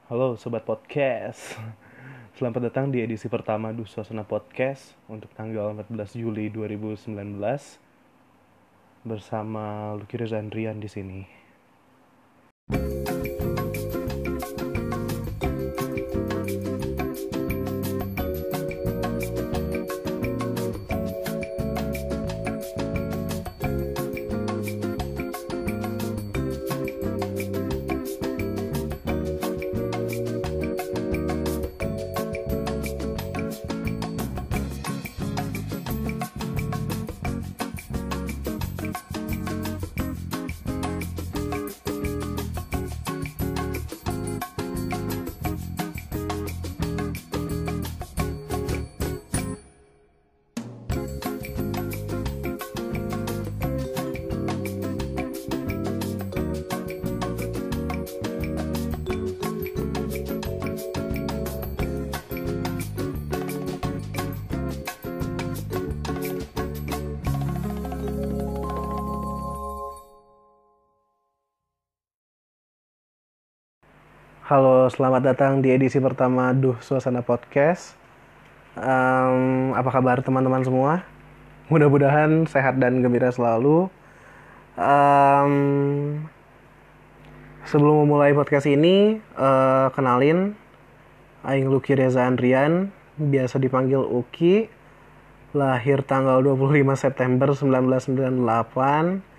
Halo Sobat Podcast. Selamat datang di edisi pertama Duh Suasana Podcast untuk tanggal 14 Juli 2019 bersama Lucky Reza Andrian di sini. Halo, selamat datang di edisi pertama Duh Suasana Podcast. Apa kabar teman-teman semua? Mudah-mudahan sehat dan gembira selalu. Sebelum memulai podcast ini, kenalin, Aing Lucky Reza Andrian, biasa dipanggil Uki, lahir tanggal 25 September 1998.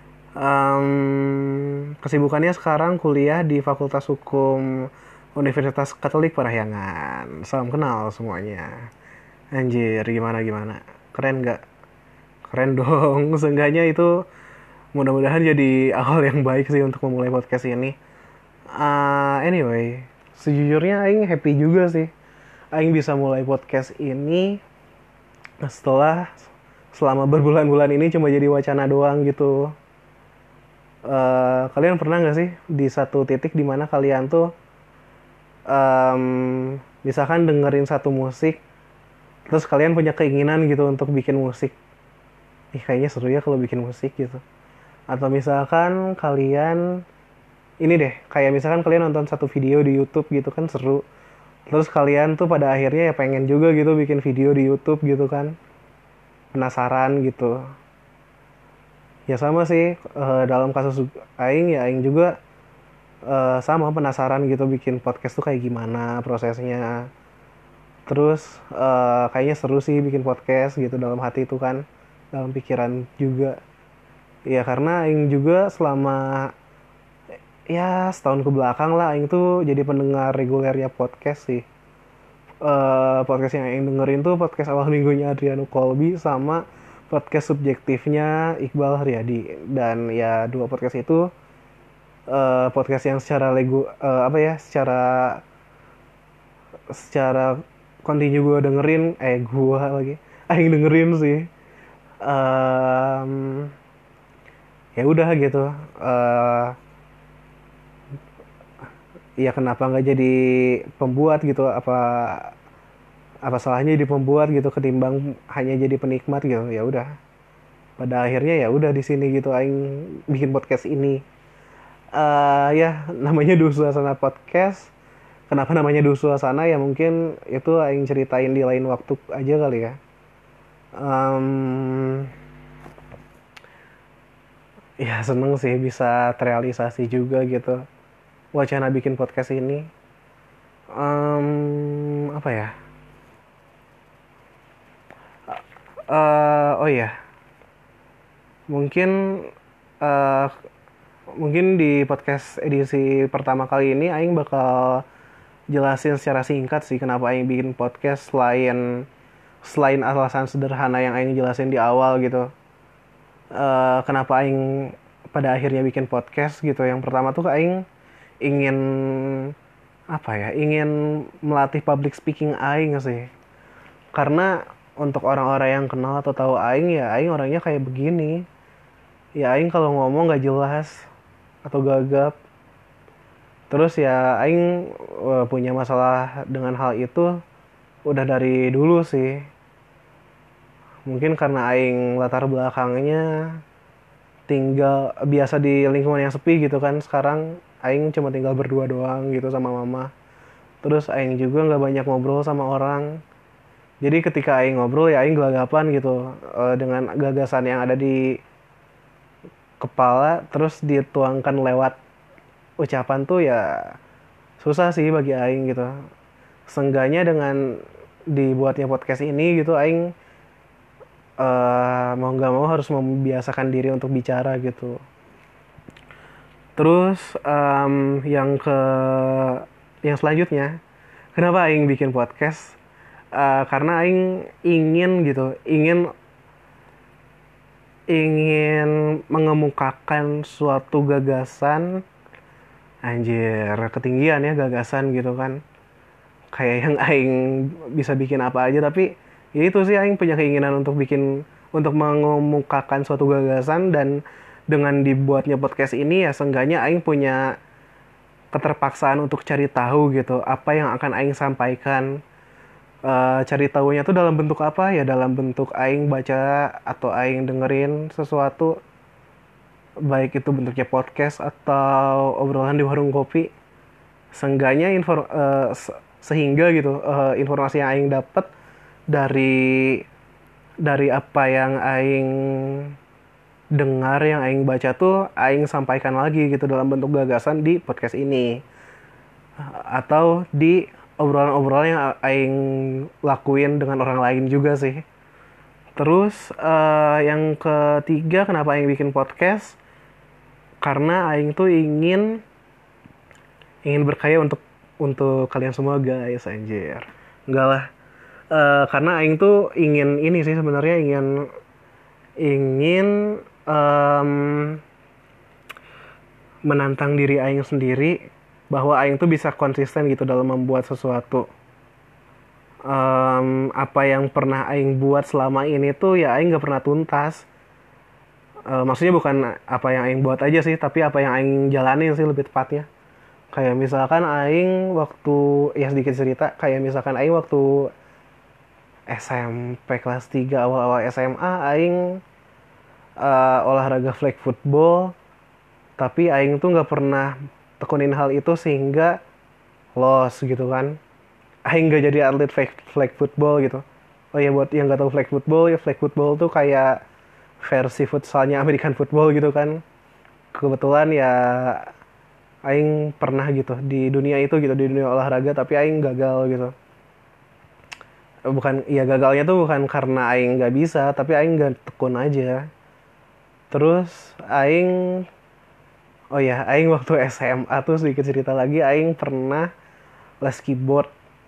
Kesibukannya sekarang kuliah di Fakultas Hukum Universitas Katolik Parahyangan. Salam kenal semuanya. Anjir, gimana? Keren gak? Keren dong. Seenggaknya itu mudah-mudahan jadi awal yang baik sih untuk memulai podcast ini. Anyway, sejujurnya Aing happy juga sih. Aing bisa mulai podcast ini setelah selama berbulan-bulan ini cuma jadi wacana doang gitu. Kalian pernah nggak sih di satu titik dimana kalian tuh misalkan dengerin satu musik, terus kalian punya keinginan gitu untuk bikin musik, kayaknya seru ya kalau bikin musik gitu. Atau misalkan kalian ini deh, kayak misalkan kalian nonton satu video di YouTube gitu kan seru, terus kalian tuh pada akhirnya ya pengen juga gitu bikin video di YouTube gitu kan, penasaran gitu. Ya sama sih, dalam kasus Aing juga sama penasaran gitu bikin podcast tuh kayak gimana prosesnya. Terus kayaknya seru sih bikin podcast gitu dalam hati itu kan, dalam pikiran juga. Ya karena Aing juga selama ya setahun ke belakang lah Aing tuh jadi pendengar regulernya podcast sih. Podcast yang Aing dengerin tuh podcast awal minggunya Adriano Colby sama podcast subjektifnya Iqbal Haryadi. Dan ya dua podcast itu podcast yang secara secara kontinu gue dengerin, gue lagi Aing dengerin sih. Ya udah gitu. Ya kenapa nggak jadi pembuat gitu, apa salahnya jadi pembuat gitu ketimbang hanya jadi penikmat gitu. Ya udah, pada akhirnya ya udah di sini gitu Aing bikin podcast ini. Ya namanya Duh Suasana Podcast. Kenapa namanya Duh Suasana? Ya mungkin itu Aing ceritain di lain waktu aja kali ya. Ya seneng sih bisa terrealisasi juga gitu wacana bikin podcast ini. Apa ya? Oh iya, mungkin uh, mungkin di podcast edisi pertama kali ini Aing bakal jelasin secara singkat sih kenapa Aing bikin podcast, selain alasan sederhana yang Aing jelasin di awal gitu. Kenapa Aing pada akhirnya bikin podcast gitu. Yang pertama tuh Aing ingin ingin melatih public speaking Aing sih. Karena untuk orang-orang yang kenal atau tahu Aing, ya Aing orangnya kayak begini. Ya Aing kalau ngomong gak jelas atau gagap. Terus ya Aing punya masalah dengan hal itu udah dari dulu sih. Mungkin karena Aing latar belakangnya biasa di lingkungan yang sepi gitu kan. Sekarang Aing cuma tinggal berdua doang gitu sama mama. Terus aing juga nggak banyak ngobrol sama orang. Jadi ketika aing ngobrol ya aing gelagapan gitu dengan gagasan yang ada di kepala terus dituangkan lewat ucapan tuh ya susah sih bagi aing gitu. Seenggaknya dengan dibuatnya podcast ini gitu aing mau nggak mau harus membiasakan diri untuk bicara gitu. Terus yang selanjutnya, kenapa aing bikin podcast? Karena aing ingin gitu, ingin mengemukakan suatu gagasan, anjir ketinggian ya gagasan gitu kan, kayak yang aing bisa bikin apa aja, tapi ya itu sih aing punya keinginan untuk mengemukakan suatu gagasan, dan dengan dibuatnya podcast ini ya seenggaknya aing punya keterpaksaan untuk cari tahu gitu apa yang akan aing sampaikan. Cari tahunya tuh dalam bentuk apa ya, dalam bentuk aing baca atau aing dengerin sesuatu, baik itu bentuknya podcast atau obrolan di warung kopi. Seenggaknya sehingga gitu informasi yang aing dapat dari apa yang aing dengar, yang aing baca tuh aing sampaikan lagi gitu dalam bentuk gagasan di podcast ini atau di obrolan-obrolan yang aing lakuin dengan orang lain juga sih. Terus yang ketiga kenapa aing bikin podcast, karena aing tuh ingin berkarya untuk kalian semua guys, anjir. Enggak lah. Karena aing tuh ingin ini sih sebenarnya, ingin menantang diri aing sendiri bahwa aing tuh bisa konsisten gitu dalam membuat sesuatu. Apa yang pernah aing buat selama ini tuh ya aing gak pernah tuntas. Maksudnya bukan apa yang aing buat aja sih, tapi apa yang aing jalanin sih lebih tepatnya. Kayak misalkan aing waktu, ya sedikit cerita, kayak misalkan aing waktu SMP kelas 3 awal-awal SMA aing olahraga flag football, tapi aing tuh nggak pernah tekunin hal itu sehingga loss gitu kan. Aing nggak jadi atlet flag football gitu. Oh ya, buat yang nggak tahu flag football, ya flag football tuh kayak versi futsalnya American football gitu kan. Kebetulan ya aing pernah gitu di dunia itu gitu, di dunia olahraga, tapi aing gagal gitu. Bukan, ya gagalnya tuh bukan karena aing nggak bisa, tapi aing nggak tekun aja. Terus aing, oh ya, aing waktu SMA tuh sedikit cerita lagi, aing pernah les keyboard.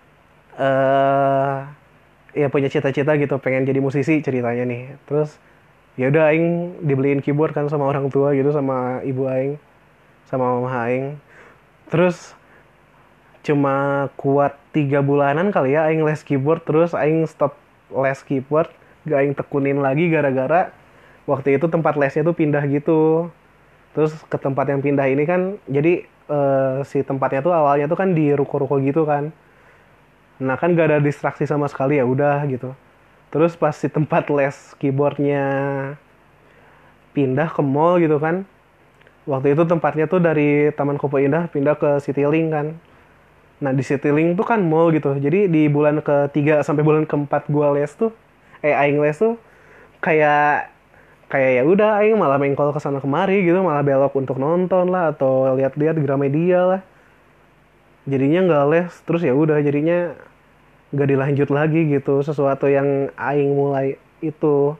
Ya punya cita-cita gitu, pengen jadi musisi ceritanya nih. Terus ya udah aing dibeliin keyboard kan sama orang tua gitu, sama ibu aing, sama mama aing. Terus cuma kuat 3 bulanan kali ya aing les keyboard, terus aing stop les keyboard, gak aing tekunin lagi gara-gara waktu itu tempat lesnya tuh pindah gitu. Terus ke tempat yang pindah ini kan, jadi si tempatnya tuh awalnya tuh kan di ruko-ruko gitu kan. Nah kan gak ada distraksi sama sekali, ya udah gitu. Terus pas si tempat les keyboardnya pindah ke mall gitu kan. Waktu itu tempatnya tuh dari Taman Kopo Indah pindah ke Citylink kan. Nah di Citylink tuh kan mall gitu. Jadi di bulan ketiga sampai bulan keempat gua les tuh, aing les tuh kayak ya udah aing malah mengkol ke sana kemari gitu, malah belok untuk nonton lah atau lihat-lihat Gramedia lah. Jadinya nggak les, terus ya udah jadinya nggak dilanjut lagi gitu. Sesuatu yang aing mulai itu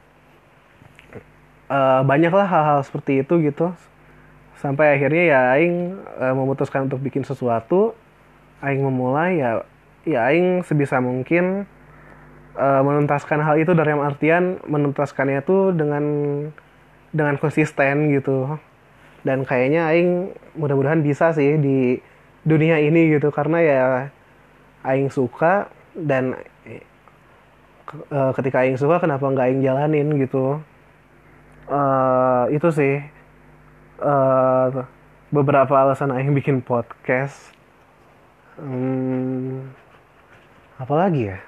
banyaklah hal-hal seperti itu gitu. Sampai akhirnya ya aing memutuskan untuk bikin sesuatu. Aing memulai ya aing sebisa mungkin menuntaskan hal itu, dalam artian menuntaskannya tuh dengan konsisten gitu. Dan kayaknya aing mudah-mudahan bisa sih di dunia ini gitu, karena ya aing suka, dan ketika aing suka kenapa nggak aing jalanin gitu. Itu sih beberapa alasan aing bikin podcast. Apa lagi ya?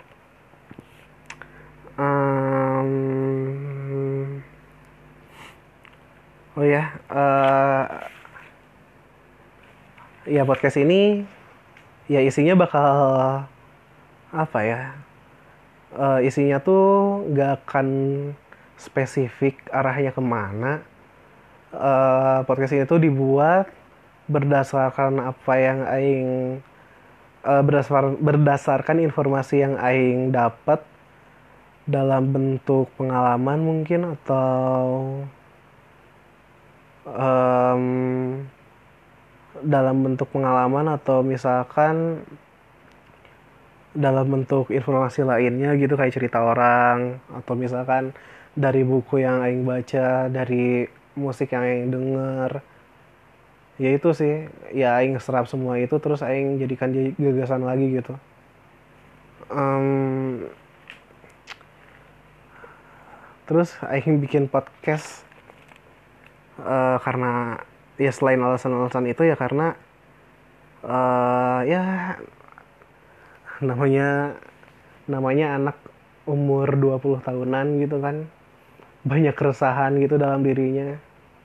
Oh ya, ya podcast ini ya isinya bakal apa ya, isinya tuh nggak akan spesifik arahnya kemana. Podcast ini tuh dibuat berdasarkan apa yang aing berdasarkan informasi yang aing dapat dalam bentuk pengalaman mungkin, atau dalam bentuk pengalaman, atau misalkan dalam bentuk informasi lainnya gitu, kayak cerita orang, atau misalkan dari buku yang aing baca, dari musik yang aing denger. Ya itu sih, ya aing serap semua itu terus aing jadikan gagasan lagi gitu. Em, Terus aing bikin podcast karena ya selain alasan-alasan itu ya karena ya namanya namanya anak umur 20 tahunan gitu kan, banyak keresahan gitu dalam dirinya.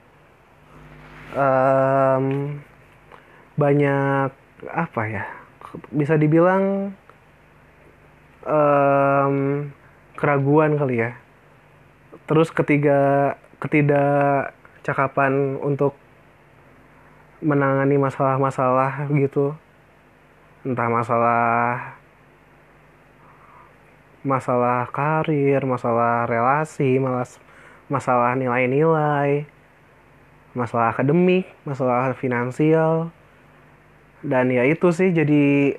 Em, Banyak apa ya, bisa dibilang em, keraguan kali ya. Terus ketidakcakapan untuk menangani masalah-masalah gitu, entah masalah karir, masalah relasi, masalah nilai-nilai, masalah akademik, masalah finansial. Dan ya itu sih jadi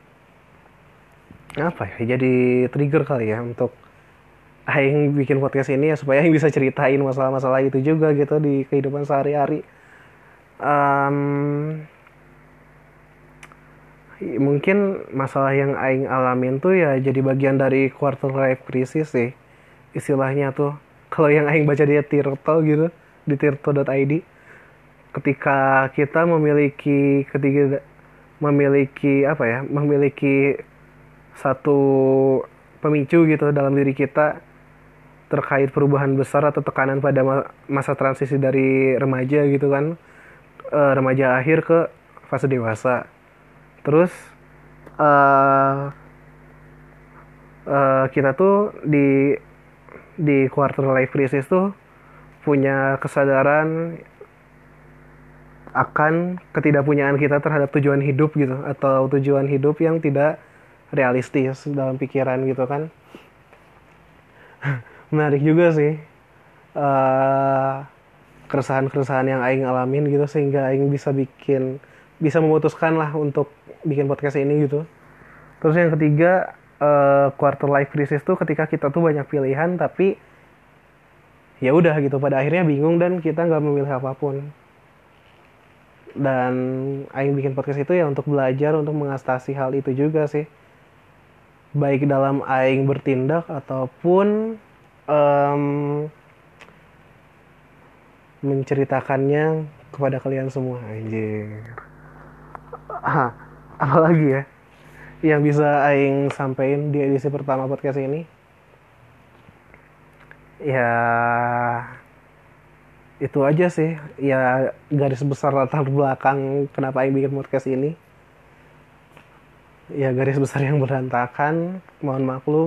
apa ya, jadi trigger kali ya untuk aing bikin podcast ini ya, supaya aing bisa ceritain masalah-masalah itu juga gitu di kehidupan sehari-hari. Em, Mungkin masalah yang aing alamin tuh ya jadi bagian dari quarter life crisis sih istilahnya tuh. Kalau yang aing baca di Tirto gitu, di tirto.id, ketika kita memiliki apa ya, memiliki satu pemicu gitu dalam diri kita terkait perubahan besar atau tekanan pada masa transisi dari remaja gitu kan, remaja akhir ke fase dewasa. Terus uh, kita tuh di quarter life crisis tuh punya kesadaran akan ketidakpunyaan kita terhadap tujuan hidup gitu, atau tujuan hidup yang tidak realistis dalam pikiran gitu kan. Menarik juga sih keresahan-keresahan yang aing alamin gitu, sehingga aing bisa memutuskan lah untuk bikin podcast ini gitu. Terus yang ketiga, quarter life crisis tuh ketika kita tuh banyak pilihan tapi ya udah gitu, pada akhirnya bingung dan kita nggak memilih apapun. Dan aing bikin podcast itu ya untuk belajar untuk mengatasi hal itu juga sih, baik dalam aing bertindak ataupun em, menceritakannya kepada kalian semua. Anjir. Apalagi ya yang bisa aing sampein di edisi pertama podcast ini, ya itu aja sih ya, garis besar latar belakang kenapa aing bikin podcast ini. Ya garis besar yang berantakan, mohon maklum.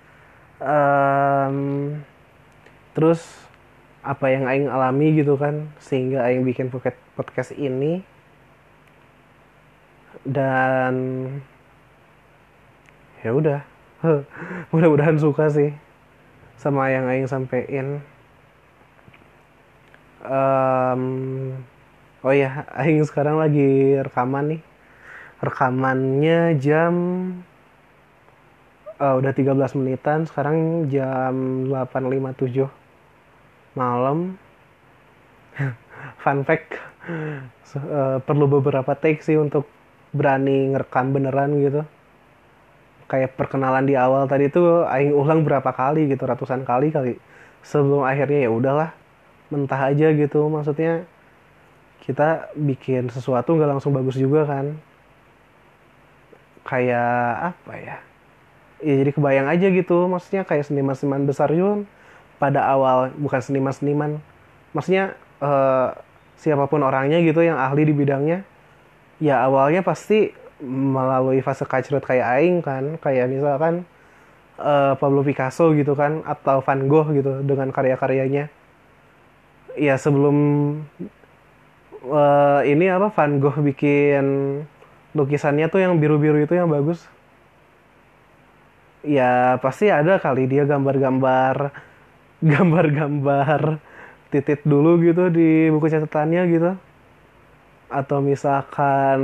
Em, Terus apa yang aing alami gitu kan, sehingga aing bikin podcast ini. Dan ya udah, mudah-mudahan suka sih sama yang aing sampein. Em, oh ya, aing sekarang lagi rekaman nih. Rekamannya jam udah 13 menitan, sekarang jam 8.57 malam. Fun fact, perlu beberapa take sih untuk berani ngerekam beneran gitu. Kayak perkenalan di awal tadi tuh aing ulang berapa kali gitu, ratusan kali sebelum akhirnya ya udahlah, mentah aja gitu. Maksudnya kita bikin sesuatu nggak langsung bagus juga kan, kayak apa ya, ya jadi kebayang aja gitu. Maksudnya kayak seniman-seniman besar juga pada awal, bukan seniman-seniman, maksudnya siapapun orangnya gitu yang ahli di bidangnya, ya awalnya pasti melalui fase kacrut kayak aing kan, kayak misalkan Pablo Picasso gitu kan, atau Van Gogh gitu dengan karya-karyanya. Ya sebelum ini apa Van Gogh bikin lukisannya tuh yang biru-biru itu yang bagus, ya pasti ada kali dia gambar-gambar gambar-gambar titik dulu gitu di buku catatannya gitu. Atau misalkan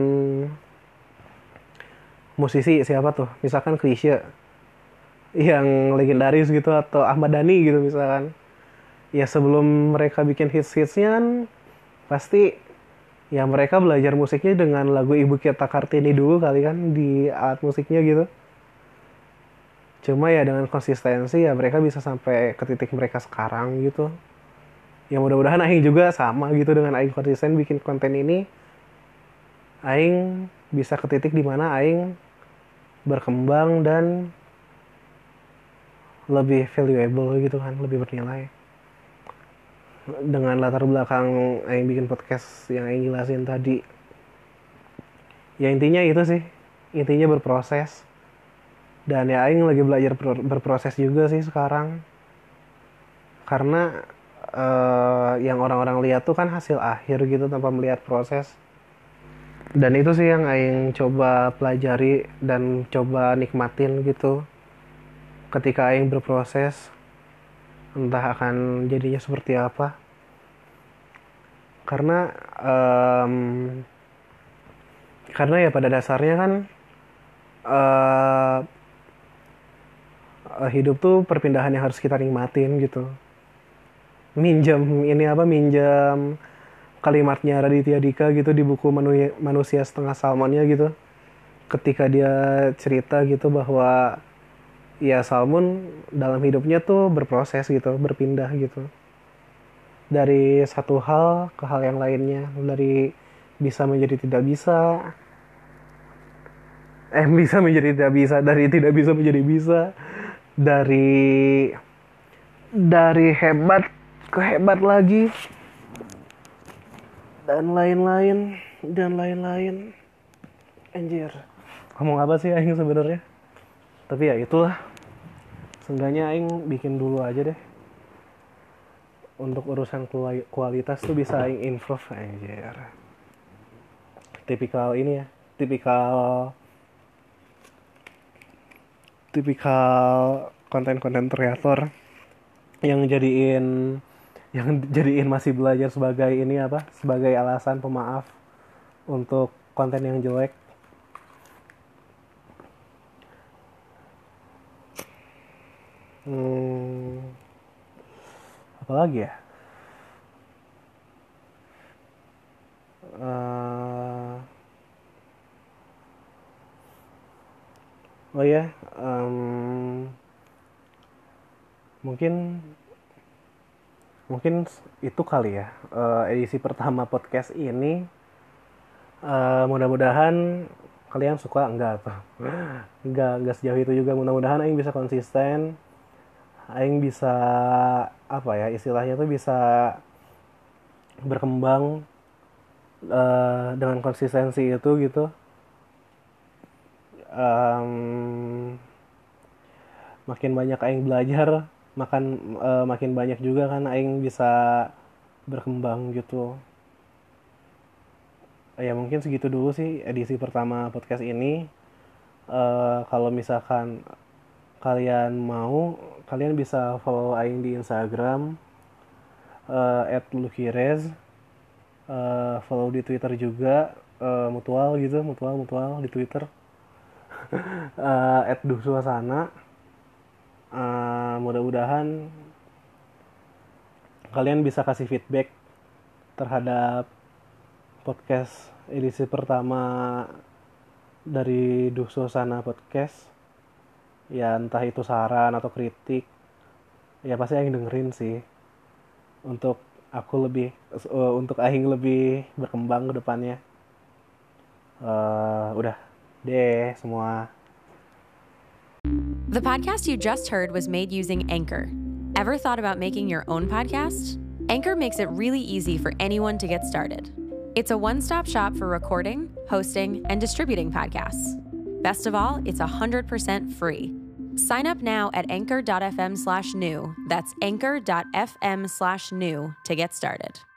musisi siapa tuh, misalkan Chrisye yang legendaris gitu, atau Ahmad Dhani gitu misalkan, ya sebelum mereka bikin hits-hitsnya kan pasti ya mereka belajar musiknya dengan lagu Ibu Kita Kartini dulu kali kan di alat musiknya gitu. Cuma ya dengan konsistensi ya mereka bisa sampai ke titik mereka sekarang gitu. Ya mudah-mudahan Aing juga sama gitu, dengan Aing konsisten bikin konten ini, Aing bisa ke titik dimana Aing berkembang dan lebih valuable gitu kan, lebih bernilai. Dengan latar belakang Aing bikin podcast yang Aing jelasin tadi, ya intinya itu sih, intinya berproses. Dan ya Aing lagi belajar berproses juga sih sekarang, karena yang orang-orang lihat tuh kan hasil akhir gitu tanpa melihat proses. Dan itu sih yang Aing coba pelajari dan coba nikmatin gitu ketika Aing berproses, entah akan jadinya seperti apa. Karena karena ya pada dasarnya kan hidup tuh perpindahan yang harus kita nikmatin gitu. Minjam kalimatnya Raditya Dika gitu di buku Manusia Setengah Salmonnya gitu. Ketika dia cerita gitu bahwa ya salmon dalam hidupnya tuh berproses gitu, berpindah gitu. Dari satu hal ke hal yang lainnya, dari bisa menjadi tidak bisa, bisa menjadi tidak bisa, dari tidak bisa menjadi bisa, dari hebat ke hebat lagi, dan lain-lain. Anjir, ngomong apa sih Aing sebenarnya? Tapi ya itulah, seenggaknya Aing bikin dulu aja deh. Untuk urusan kualitas tuh bisa Aing improve, anjir. Tipikal ini ya, tipikal konten-konten kreator yang jadiin masih belajar sebagai ini apa, sebagai alasan pemaaf untuk konten yang jelek. Apalagi ya, oh ya, mungkin itu kali ya edisi pertama podcast ini. Mudah-mudahan kalian suka. Enggak sejauh itu juga. Mudah-mudahan Aing bisa konsisten, Aing bisa apa ya istilahnya tuh, bisa berkembang dengan konsistensi itu gitu. Makin banyak Aing belajar, makin banyak juga kan Aing bisa berkembang gitu. Ya mungkin segitu dulu sih edisi pertama podcast ini. Kalau misalkan kalian mau, kalian bisa follow Aing di Instagram @lukirez, follow di Twitter juga mutual di Twitter @duhsuasana. Mudah-mudahan kalian bisa kasih feedback terhadap podcast edisi pertama dari Duh Suasana Podcast. Ya entah itu saran atau kritik, ya pasti Aing dengerin sih. Untuk Aing lebih berkembang ke depannya. Udah deh semua. The podcast you just heard was made using Anchor. Ever thought about making your own podcast? Anchor makes it really easy for anyone to get started. It's a one-stop shop for recording, hosting, and distributing podcasts. Best of all, it's 100% free. Sign up now at anchor.fm/new. That's anchor.fm/new to get started.